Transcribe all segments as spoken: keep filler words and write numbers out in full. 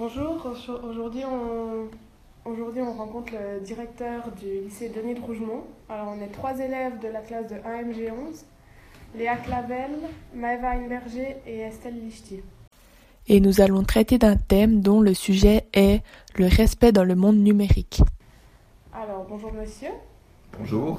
Bonjour, aujourd'hui on, aujourd'hui on rencontre le directeur du lycée Denis de Rougemont. Alors on est trois élèves de la classe de un M G onze, Léa Clavel, Maëva Inberger et Estelle Lichty. Et nous allons traiter d'un thème dont le sujet est le respect dans le monde numérique. Alors bonjour monsieur. Bonjour.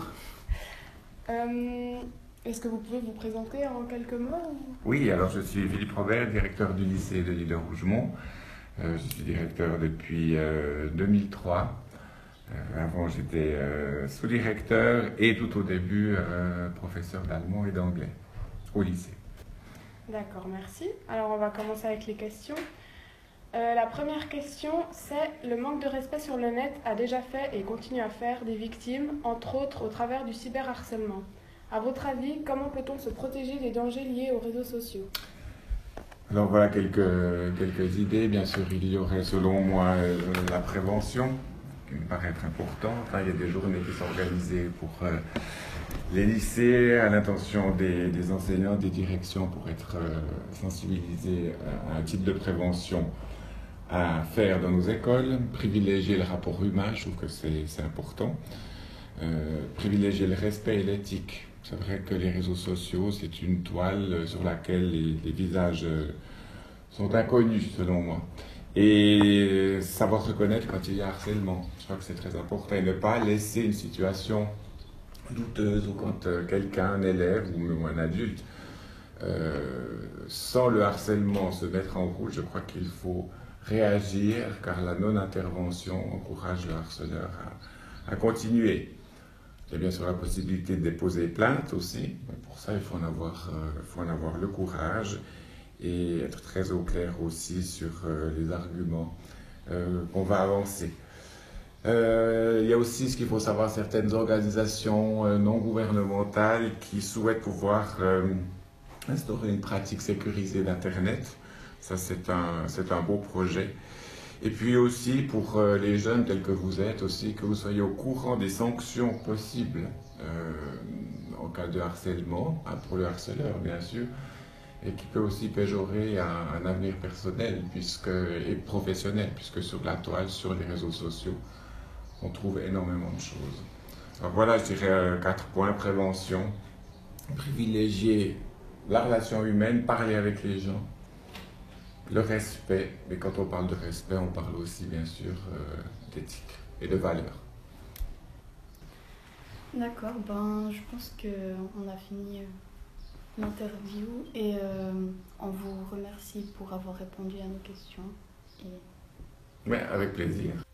Euh, est-ce que vous pouvez vous présenter en quelques mots? Oui, alors je suis Philippe Robert, directeur du lycée Denis de Rougemont. Euh, je suis directeur depuis euh, deux mille trois. Euh, avant, j'étais euh, sous-directeur et tout au début, euh, professeur d'allemand et d'anglais au lycée. D'accord, merci. Alors on va commencer avec les questions. Euh, la première question, c'est le manque de respect sur le net a déjà fait et continue à faire des victimes, entre autres au travers du cyberharcèlement. À votre avis, comment peut-on se protéger des dangers liés aux réseaux sociaux ? Alors voilà quelques, quelques idées. Bien sûr, il y aurait selon moi euh, la prévention, qui me paraît être importante. Hein, il y a des journées qui sont organisées pour euh, les lycées, à l'intention des, des enseignants, des directions, pour être euh, sensibilisés à un type de prévention à faire dans nos écoles. Privilégier le rapport humain, je trouve que c'est, c'est important. Euh, privilégier le respect et l'éthique. C'est vrai que les réseaux sociaux, c'est une toile sur laquelle les, les visages sont inconnus, selon moi. Et savoir reconnaître quand il y a harcèlement, je crois que c'est très important. Et ne pas laisser une situation douteuse ou quand quelqu'un, un élève ou même un adulte, euh, sans le harcèlement se mettre en route, je crois qu'il faut réagir, car la non-intervention encourage le harceleur à, à continuer. Il y a bien sûr la possibilité de déposer plainte aussi. Pour ça, il faut en avoir, euh, il faut en avoir le courage et être très au clair aussi sur euh, les arguments euh, qu'on va avancer. Euh, il y a aussi ce qu'il faut savoir, certaines organisations euh, non gouvernementales qui souhaitent pouvoir euh, instaurer une pratique sécurisée d'Internet. Ça, c'est un, c'est un beau projet. Et puis aussi pour euh, les jeunes tels que vous êtes aussi, que vous soyez au courant des sanctions possibles euh, en cas de harcèlement, hein, pour le harceleur bien sûr, et qui peut aussi péjorer un, un avenir personnel puisque, et professionnel, puisque sur la toile, sur les réseaux sociaux, on trouve énormément de choses. Alors voilà, je dirais euh, quatre points. Prévention, privilégier la relation humaine, parler avec les gens, le respect, mais quand on parle de respect, on parle aussi bien sûr euh, d'éthique et de valeurs. D'accord, ben je pense qu'on a fini l'interview et euh, on vous remercie pour avoir répondu à nos questions. Et... Mais avec plaisir.